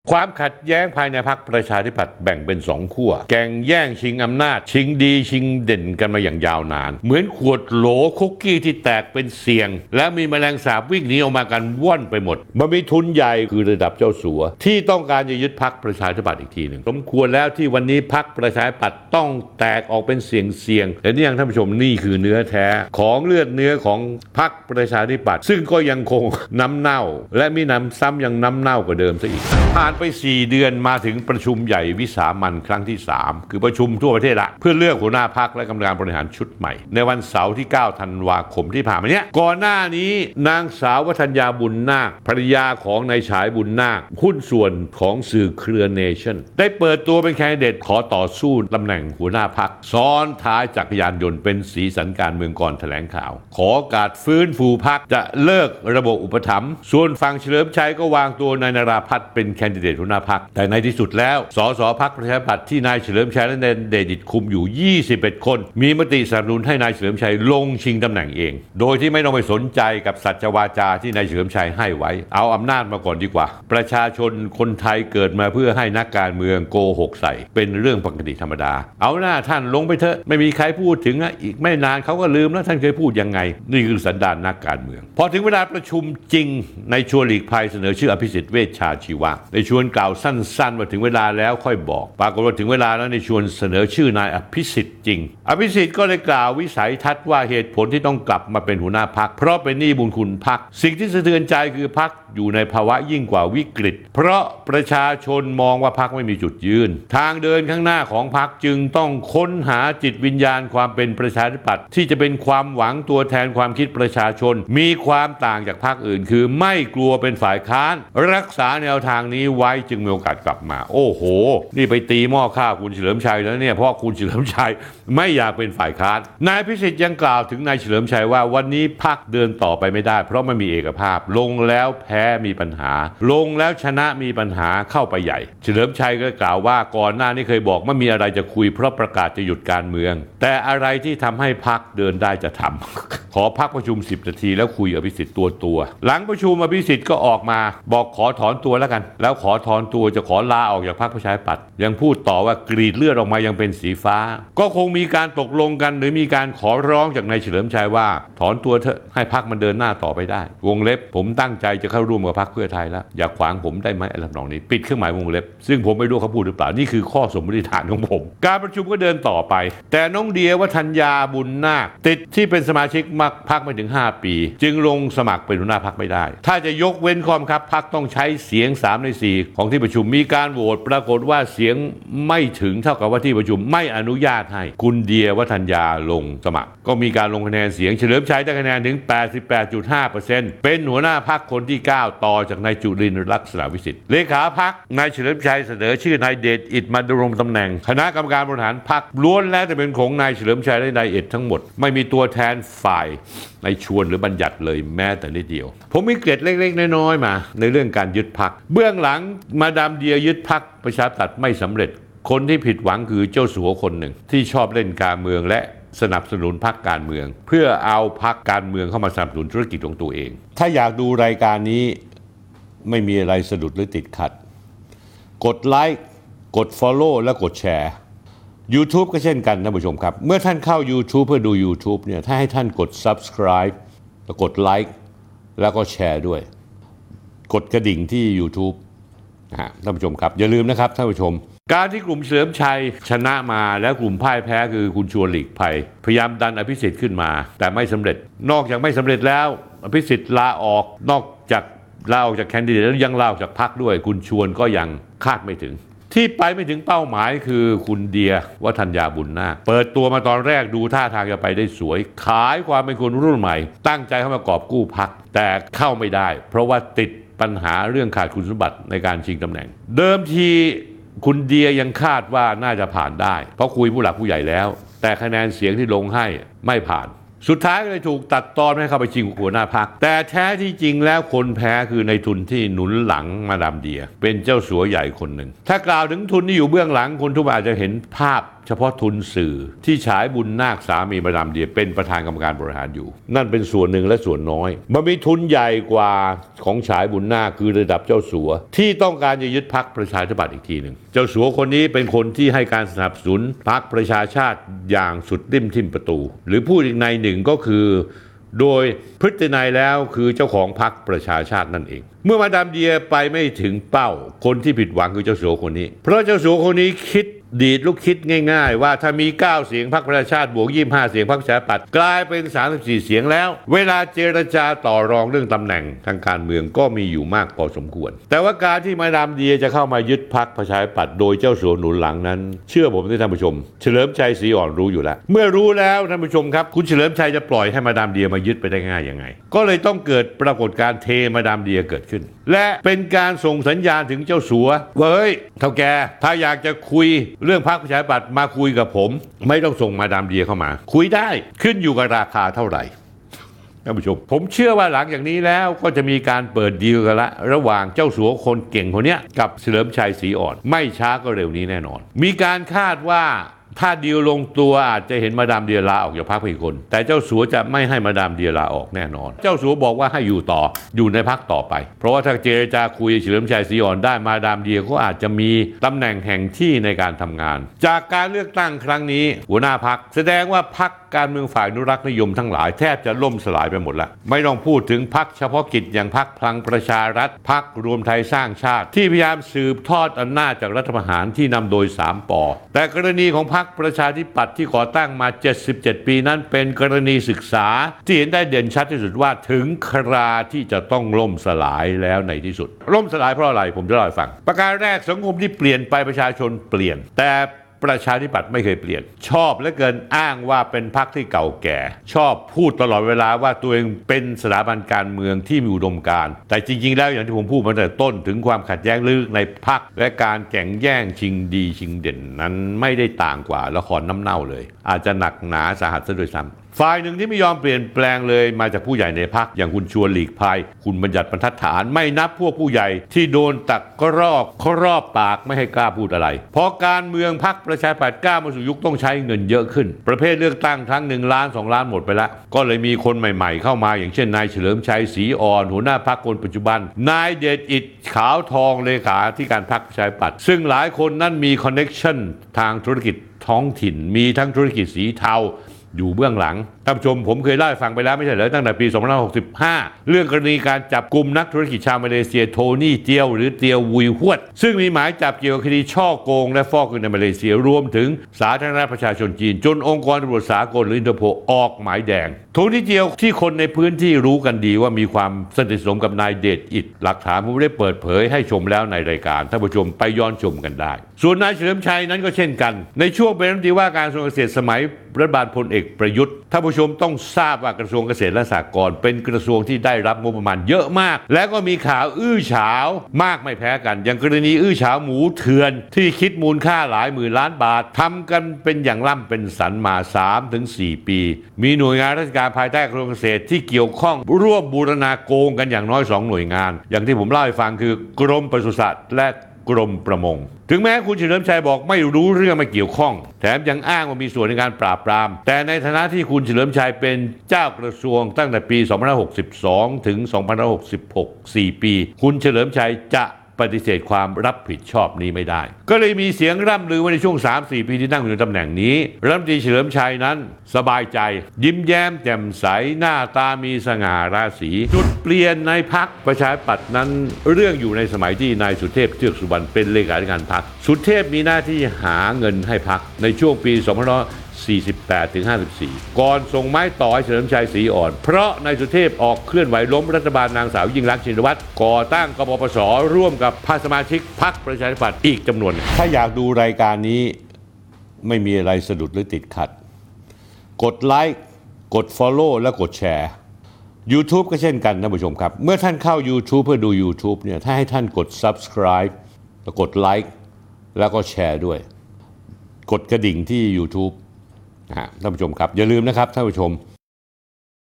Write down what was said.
ความขัดแย้งภายในพรรคประชาธิปัตย์แบ่งเป็น2 ขั้วแข่งแย่งชิงอำนาจชิงดีชิงเด่นกันมาอย่างยาวนานเหมือนขวดโหลคุกกี้ที่แตกเป็นเสียงและมีแมลงสาบวิ่งหนีออกมากันว่อนไปหมดมันมีทุนใหญ่คือระดับเจ้าสัวที่ต้องการจะยึดพรรคประชาธิปัตย์อีกทีหนึ่งสมควรแล้วที่วันนี้พรรคประชาธิปัตย์ต้องแตกออกเป็นเสียงและนี่ยังท่านผู้ชมนี่คือเนื้อแท้ของเลือดเนื้อของพรรคประชาธิปัตย์ซึ่งก็ยังคงน้ำเน่าและมีน้ำซ้ำยังน้ำเน่ากว่าเดิมซะอีกผ่านไป4 เดือนมาถึงประชุมใหญ่วิสามัญครั้งที่3คือประชุมทั่วประเทศละเพื่อเลือกหัวหน้าพรรคและกรรมการบริหารชุดใหม่ในวันเสาร์ที่9 ธันวาคมที่ผ่านมาเนี้ยก่อนหน้านี้นางสาววัฒนยาบุญนาคภรรยาของนายฉายบุญนาคหุ้นส่วนของสื่อเครือเนชั่นได้เปิดตัวเป็นแคนดิเดตขอต่อสู้ตำแหน่งหัวหน้าพรรคซ้อนท้ายจักรยานยนต์เป็นสีสันการเมืองก่อนแถลงข่าวขอการฟื้นฟูพรรคจะเลิกระบบอุปถัมภ์ส่วนฝั่งเฉลิมชัยก็วางตัวนายนราพัฒน์เป็นแคนดิเดตหัวหน้าพรรคแต่ในที่สุดแล้วสสพรรคประชาธิปัตย์ที่นายเฉลิมชัยและนายเดชอิทคุมอยู่21 คนมีมติสนับสนุนให้นายเฉลิมชัยลงชิงตำแหน่งเองโดยที่ไม่ต้องไปสนใจกับสัจวาจาที่นายเฉลิมชัยให้ไว้เอาอำนาจมาก่อนดีกว่าประชาชนคนไทยเกิดมาเพื่อให้นักการเมืองโกหกใส่เป็นเรื่องปกติธรรมดาเอาหน้าท่านลงไปเถอะไม่มีใครพูดถึงอีกไม่นานเขาก็ลืมแล้วท่านเคยพูดยังไงนี่คือสันดานนักการเมืองพอถึงเวลาประชุมจริงในชวนหลีกภัยเสนอชื่ออภิสิทธิ์เวชชาชีวะในชวนกล่าวสั้นๆว่าถึงเวลาแล้วค่อยบอกปรากฏว่าถึงเวลาแล้วในชวนเสนอชื่อนายอภิสิทธิ์จริงอภิสิทธิ์ก็ได้กล่าววิสัยทัศน์ว่าเหตุผลที่ต้องกลับมาเป็นหัวหน้าพรรคเพราะเป็นหนี้บุญคุณพรรคสิ่งที่สะเทือนใจคือพรรคอยู่ในภาวะยิ่งกว่าวิกฤตเพราะประชาชนมองว่าพรรคไม่มีจุดยืนทางเดินข้างหน้าของพรรคจึงต้องค้นหาจิตวิญญาณความเป็นประชาธิปัตย์ที่จะเป็นความหวังตัวแทนความคิดประชาชนมีความต่างจากพรรคอื่นคือไม่กลัวเป็นฝ่ายค้านรักษาแนวทางนี้ไว้จึงมีโอกาสกลับมาโอ้โหนี่ไปตีหม้อข้าวคุณเฉลิมชัยแล้วเนี่ยเพราะคุณเฉลิมชัยไม่อยากเป็นฝ่ายค้านนายพิสิทธิ์ยังกล่าวถึงนายเฉลิมชัยว่าวันนี้พรรคเดินต่อไปไม่ได้เพราะไม่มีเอกภาพลงแล้วแพ้มีปัญหาลงแล้วชนะมีปัญหาเข้าไปใหญ่เฉลิมชัยก็กล่าวว่าก่อนหน้านี้เคยบอกไม่มีอะไรจะคุยเพราะประกาศจะหยุดการเมืองแต่อะไรที่ทำให้พรรคเดินได้จะทำ ขอพักประชุม10 นาทีแล้วคุยอภิสิทธิ์ตัวหลังประชุมอภิสิทธิ์ก็ออกมาบอกขอถอนตัวแล้วกันแล้วขอถอนตัวจะขอลาออกจากพรรคประชาธิปัตย์ยังพูดต่อว่ากรีดเลือดออกมายังเป็นสีฟ้าก็คงมีการตกลงกันหรือมีการขอร้องจากนายเฉลิมชัยว่าถอนตัวเถอะให้พรรคมันเดินหน้าต่อไปได้วงเล็บผมตั้งใจจะเข้าร่วมกับพรรคเพื่อไทยแล้วอย่าขวางผมได้ไหมอะไรแบบนี้ปิดเครื่องหมายวงเล็บซึ่งผมไม่รู้เขาพูดหรือเปล่านี่คือข้อสมมติฐานของผมการประชุมก็เดินต่อไปแต่น้องเดียวัฒนยาบุญนาคติดที่เป็นสมาชิกพรรคไม่ถึง5 ปีจึงลงสมัครเป็นหัวหน้าพรรคไม่ได้ถ้าจะยกเว้นข้อบังคับพรรคต้องใช้เสียง3 ใน 4ของที่ประชุมมีการโหวตปรากฏว่าเสียงไม่ถึงเท่ากับว่าที่ประชุมไม่อนุญาตให้คุณเดียวัฒนยาลงสมัครก็มีการลงคะแนนเสียงเฉลิมชัยได้คะแนนถึง 88.5% เป็นหัวหน้าพรรคคนที่9ต่อจากนายจุรินทร์ลักษณะวิสิทธิ์เลขาพรรคนายเฉลิมชัยเสนอชื่อนายเดชอิทมาดำรงตำแหน่งคณะกรรมการบริหารพรรคล้วนแล้วแต่เป็นของนายเฉลิมชัยและนายเอ็ดทั้งหมดไม่มีตัวแทนฝ่ายในชวนหรือบัญญัติเลยแม้แต่นิดเดียวผมมีเกร็ดเล็กๆน้อยๆมาในเรื่องการยึดพรรคเบื้องหลังมาดามเดียยึดพรรคประชาธิปัตย์ไม่สำเร็จคนที่ผิดหวังคือเจ้าสัวคนหนึ่งที่ชอบเล่นการเมืองและสนับสนุนพรรคการเมืองเพื่อเอาพรรคการเมืองเข้ามาสนับสนุนธุรกิจของตัวเองถ้าอยากดูรายการนี้ไม่มีอะไรสะดุดหรือติดขัดกดไลค์กด Follow และกดแชร์ YouTube ก็เช่นกันท่านผู้ชมครับเมื่อท่านเข้า YouTube เพื่อดู YouTube เนี่ยถ้าให้ท่านกด Subscribe แล้วกดไลค์แล้วก็แชร์ด้วยกดกระดิ่งที่ YouTube ท่านผู้ชมครับอย่าลืมนะครับท่านผู้ชมการที่กลุ่มเฉลิมชัยชนะมาแล้วกลุ่มพ่ายแพ้คือคุณชวนหลีกภัยพยายามดันอภิสิทธิ์ขึ้นมาแต่ไม่สำเร็จนอกจากไม่สำเร็จแล้วอภิสิทธิ์ลาออกนอกจากลาออกจากแคนดิเดตแล้วยังลาออกจากพรรคด้วยคุณชวนก็ยังคาดไม่ถึงที่ไปไม่ถึงเป้าหมายคือคุณเดียวัฒนยาบุญนาคเปิดตัวมาตอนแรกดูท่าทางจะไปได้สวยขายความเป็นคนรุ่นใหม่ตั้งใจเข้ามากอบกู้พรรคแต่เข้าไม่ได้เพราะว่าติดปัญหาเรื่องขาดคุณสมบัติในการชิงตำแหน่งเดิมทีคุณเดียยังคาดว่าน่าจะผ่านได้เพราะคุยผู้หลักผู้ใหญ่แล้วแต่คะแนนเสียงที่ลงให้ไม่ผ่านสุดท้ายก็เลยถูกตัดตอนให้เข้าไปชิงหัวหน้าพรรคแต่แท้ที่จริงแล้วคนแพ้คือในทุนที่หนุนหลังมาดามเดียเป็นเจ้าสัวใหญ่คนหนึ่งถ้ากล่าวถึงทุนที่อยู่เบื้องหลังคนทุกคนอาจจะเห็นภาพเฉพาะทุนสื่อที่ฉายบุญนาคสามีมาดามเดียเป็นประธานกรรมการบริหารอยู่นั่นเป็นส่วนหนึ่งและส่วนน้อยมันมีทุนใหญ่กว่าของฉายบุญนาคคือระดับเจ้าสัวที่ต้องการจะยึดพรรคประชาธิปัตย์อีกทีหนึ่งเจ้าสัวคนนี้เป็นคนที่ให้การสนับสนุนพรรคประชาชาติอย่างสุดริมทิ่มประตูหรือพูดอีกในหนึ่งก็คือโดยพฤตินัยแล้วคือเจ้าของพรรคประชาชาตินั่นเองเมื่อมาดามเดียไปไม่ถึงเป้าคนที่ผิดหวังคือเจ้าสัวคนนี้เพราะเจ้าสัวคนนี้คิดดีดลูกคิดง่ายๆว่าถ้ามี9เสียงพรรคประชาชาติบวก25เสียงพรรคประชาธิปัตย์กลายเป็น34เสียงแล้วเวลาเจรจาต่อรองเรื่องตำแหน่งทางการเมืองก็มีอยู่มากพอสมควรแต่ว่าการที่มาดามเดียจะเข้ามายึดพรรคประชาธิปัตย์โดยเจ้าสัวหนุนหลังนั้นเชื่อผมท่านผู้ชมเฉลิมชัยศรีอ่อนรู้อยู่แล้วเมื่อรู้แล้วท่านผู้ชมครับคุณเฉลิมชัยจะปล่อยให้มาดามเดียมายึดไปได้ง่ายยังไงก็เลยต้องเกิดปรากฏการณ์เทมาดามเดียเกิดขึ้นและเป็นการส่งสัญญาณถึงเจ้าสัวว่าเฮ้ยเท่าแกถ้าอยากจะคุยเรื่องพรรคประชาธิปัตย์มาคุยกับผมไม่ต้องส่งมาดามเดียเข้ามาคุยได้ขึ้นอยู่กับราคาเท่าไหร่ท่านผู้ชมผมเชื่อว่าหลังจากนี้แล้วก็จะมีการเปิดดีลกันละระหว่างเจ้าสัวคนเก่งคนนี้กับเฉลิมชัยศรีอ่อนไม่ช้าก็เร็วนี้แน่นอนมีการคาดว่าถ้าดีลลงตัวอาจจะเห็นมาดามเดียลาออกจากพรรคไปอีกคนแต่เจ้าสัวจะไม่ให้มาดามเดียลาออกแน่นอนเจ้าสัวบอกว่าให้อยู่ต่ออยู่ในพรรคต่อไปเพราะว่าถ้าเจรจาคุยเฉลิมชัยศรีอ่อนได้มาดามเดียก็อาจจะมีตำแหน่งแห่งที่ในการทำงานจากการเลือกตั้งครั้งนี้หัวหน้าพรรคแสดงว่าพรรคการเมืองฝ่ายอนุรักษ์นิยมทั้งหลายแทบจะล่มสลายไปหมดแล้วไม่ต้องพูดถึงพรรคเฉพาะกิจอย่างพรรคพลังประชารัฐพรรครวมไทยสร้างชาติที่พยายามสืบทอดอำนาจจากรัฐประหารที่นำโดย3 ป.แต่กรณีของพรรคประชาธิปัตย์ที่ก่อตั้งมา77 ปีนั้นเป็นกรณีศึกษาที่เห็นได้เด่นชัดที่สุดว่าถึงคราที่จะต้องล่มสลายแล้วในที่สุดล่มสลายเพราะอะไรผมจะเล่าให้ฟังประการแรกสังคมที่เปลี่ยนไปประชาชนเปลี่ยนแต่ประชาธิปัตย์ไม่เคยเปลี่ยนชอบและเกินอ้างว่าเป็นพรรคที่เก่าแก่ชอบพูดตลอดเวลาว่าตัวเองเป็นสถาบันการเมืองที่มีอุดมการณ์แต่จริงๆแล้วอย่างที่ผมพูดมาตั้งแต่ต้นถึงความขัดแย้งลึกในพรรคและการแข่งแย่งชิงดีชิงเด่นนั้นไม่ได้ต่างกว่าละครน้ำเน่าเลยอาจจะหนักหนาสาหัสซะด้วยซ้ำฝ่ายหนึ่งที่ไม่ยอมเปลี่ยนแปลงเลยมาจากผู้ใหญ่ในพรรคอย่างคุณชวนหลีกภัยคุณบัญญัติบรรทัดฐานไม่นับพวกผู้ใหญ่ที่โดนตักก็รอบปากไม่ให้กล้าพูดอะไรเพราะการเมืองพรรคประชาธิปัตย์ก้าวมาสู่ยุคต้องใช้เงินเยอะขึ้นประเภทเลือกตั้งครั้ง1 ล้าน2 ล้านหมดไปแล้วก็เลยมีคนใหม่ๆเข้ามาอย่างเช่นนายเฉลิมชัยศรีอ่อนหัวหน้าพรรคคนปัจจุบันนายเดชอิฐขาวทองเลขาธิการพรรคประชาธิปัตย์ซึ่งหลายคนนั้นมีคอนเนคชั่นทางธุรกิจท้องถิ่นมีทั้งธุรกิจสีเทาอยู่เบื้องหลังท่านผู้ชมผมเคยเล่าให้ฟังไปแล้วไม่ใช่เหรอตั้งแต่ปี2565เรื่องกรณีการจับกุมนักธุรกิจชาวมาเลเซียโทนี่เตียวหรือเตียววุยฮวดซึ่งมีหมายจับเกี่ยวกับคดีช่อโกงและฟอกเงินในมาเลเซียรวมถึงสาธารณรัฐประชาชนจีนจนองค์กรตำรวจสากลหรืออินเตอร์โพลออกหมายแดงโทนี่เตียวที่คนในพื้นที่รู้กันดีว่ามีความสนิทสนมกับนายเดชอิฐหลักฐานผมได้เปิดเผยให้ชมแล้วในรายการท่านผู้ชมไปย้อนชมกันได้ส่วนนายเฉลิมชัยนั้นก็เช่นกันในช่วงเป็นรัฐมนตรีว่าการกระทรวงเกษตรสมัยรัฐบาลพลเอกประยุทธ์ท่านผู้ชมต้องทราบว่ากระทรวงเกษตรและสหกรณ์เป็นกระทรวงที่ได้รับงบประมาณเยอะมากและก็มีข่าวอื้อฉาวมากไม่แพ้กันอย่างกรณีอื้อฉาวหมูเถื่อนที่คิดมูลค่าหลายหมื่นล้านบาททำกันเป็นอย่างล่ำเป็นสันมา 3-4 ปีมีหน่วยงานราชการภายใต้กระทรวงเกษตรที่เกี่ยวข้องร่วมบูรณาโกงกันอย่างน้อย2 หน่วยงานอย่างที่ผมเล่าให้ฟังคือกรมปศุสัตว์และกรมประมงถึงแม้คุณเฉลิมชัยบอกไม่รู้เรื่องไม่เกี่ยวข้องแถมยังอ้างว่ามีส่วนในการปราบปรามแต่ในฐานะที่คุณเฉลิมชัยเป็นเจ้ากระทรวงตั้งแต่ปี2562ถึง2566 4 ปีคุณเฉลิมชัยจะปฏิเสธความรับผิดชอบนี้ไม่ได้ก็เลยมีเสียงร่ำลือว่าในช่วง 3-4 ปีที่นั่งอยู่ในตำแหน่งนี้รัฐมนตรีเฉลิมชัยนั้นสบายใจยิ้มแย้มแจ่มใสหน้าตามีสง่าราศีจุดเปลี่ยนในพรรคประชาธิปัตย์นั้นเรื่องอยู่ในสมัยที่นายสุเทพเทือกสุบรรณเป็นเลขาธิการพรรคสุเทพมีหน้าที่หาเงินให้พรรคในช่วงปี48-54ก่อนส่งไม้ต่อให้เฉลิมชัยศรีอ่อนเพราะนายสุเทพออกเคลื่อนไหวล้มรัฐบาลนางสาวยิ่งลักษณ์ชินวัตรก่อตั้งกปปสร่วมกับพรรคสมาชิกพรรคประชาธิปัตย์อีกจำนวนถ้าอยากดูรายการนี้ไม่มีอะไรสะดุดหรือติดขัดกดไลค์กด Follow และกดแชร์ YouTube ก็เช่นกันท่านผู้ชมครับเมื่อท่านเข้า YouTube เพื่อดู YouTube เนี่ยถ้าให้ท่านกด Subscribe แล้วกดไลค์แล้วก็แชร์ด้วยกดกระดิ่งที่ YouTubeท่านผู้ชมครับอย่าลืมนะครับท่านผู้ชม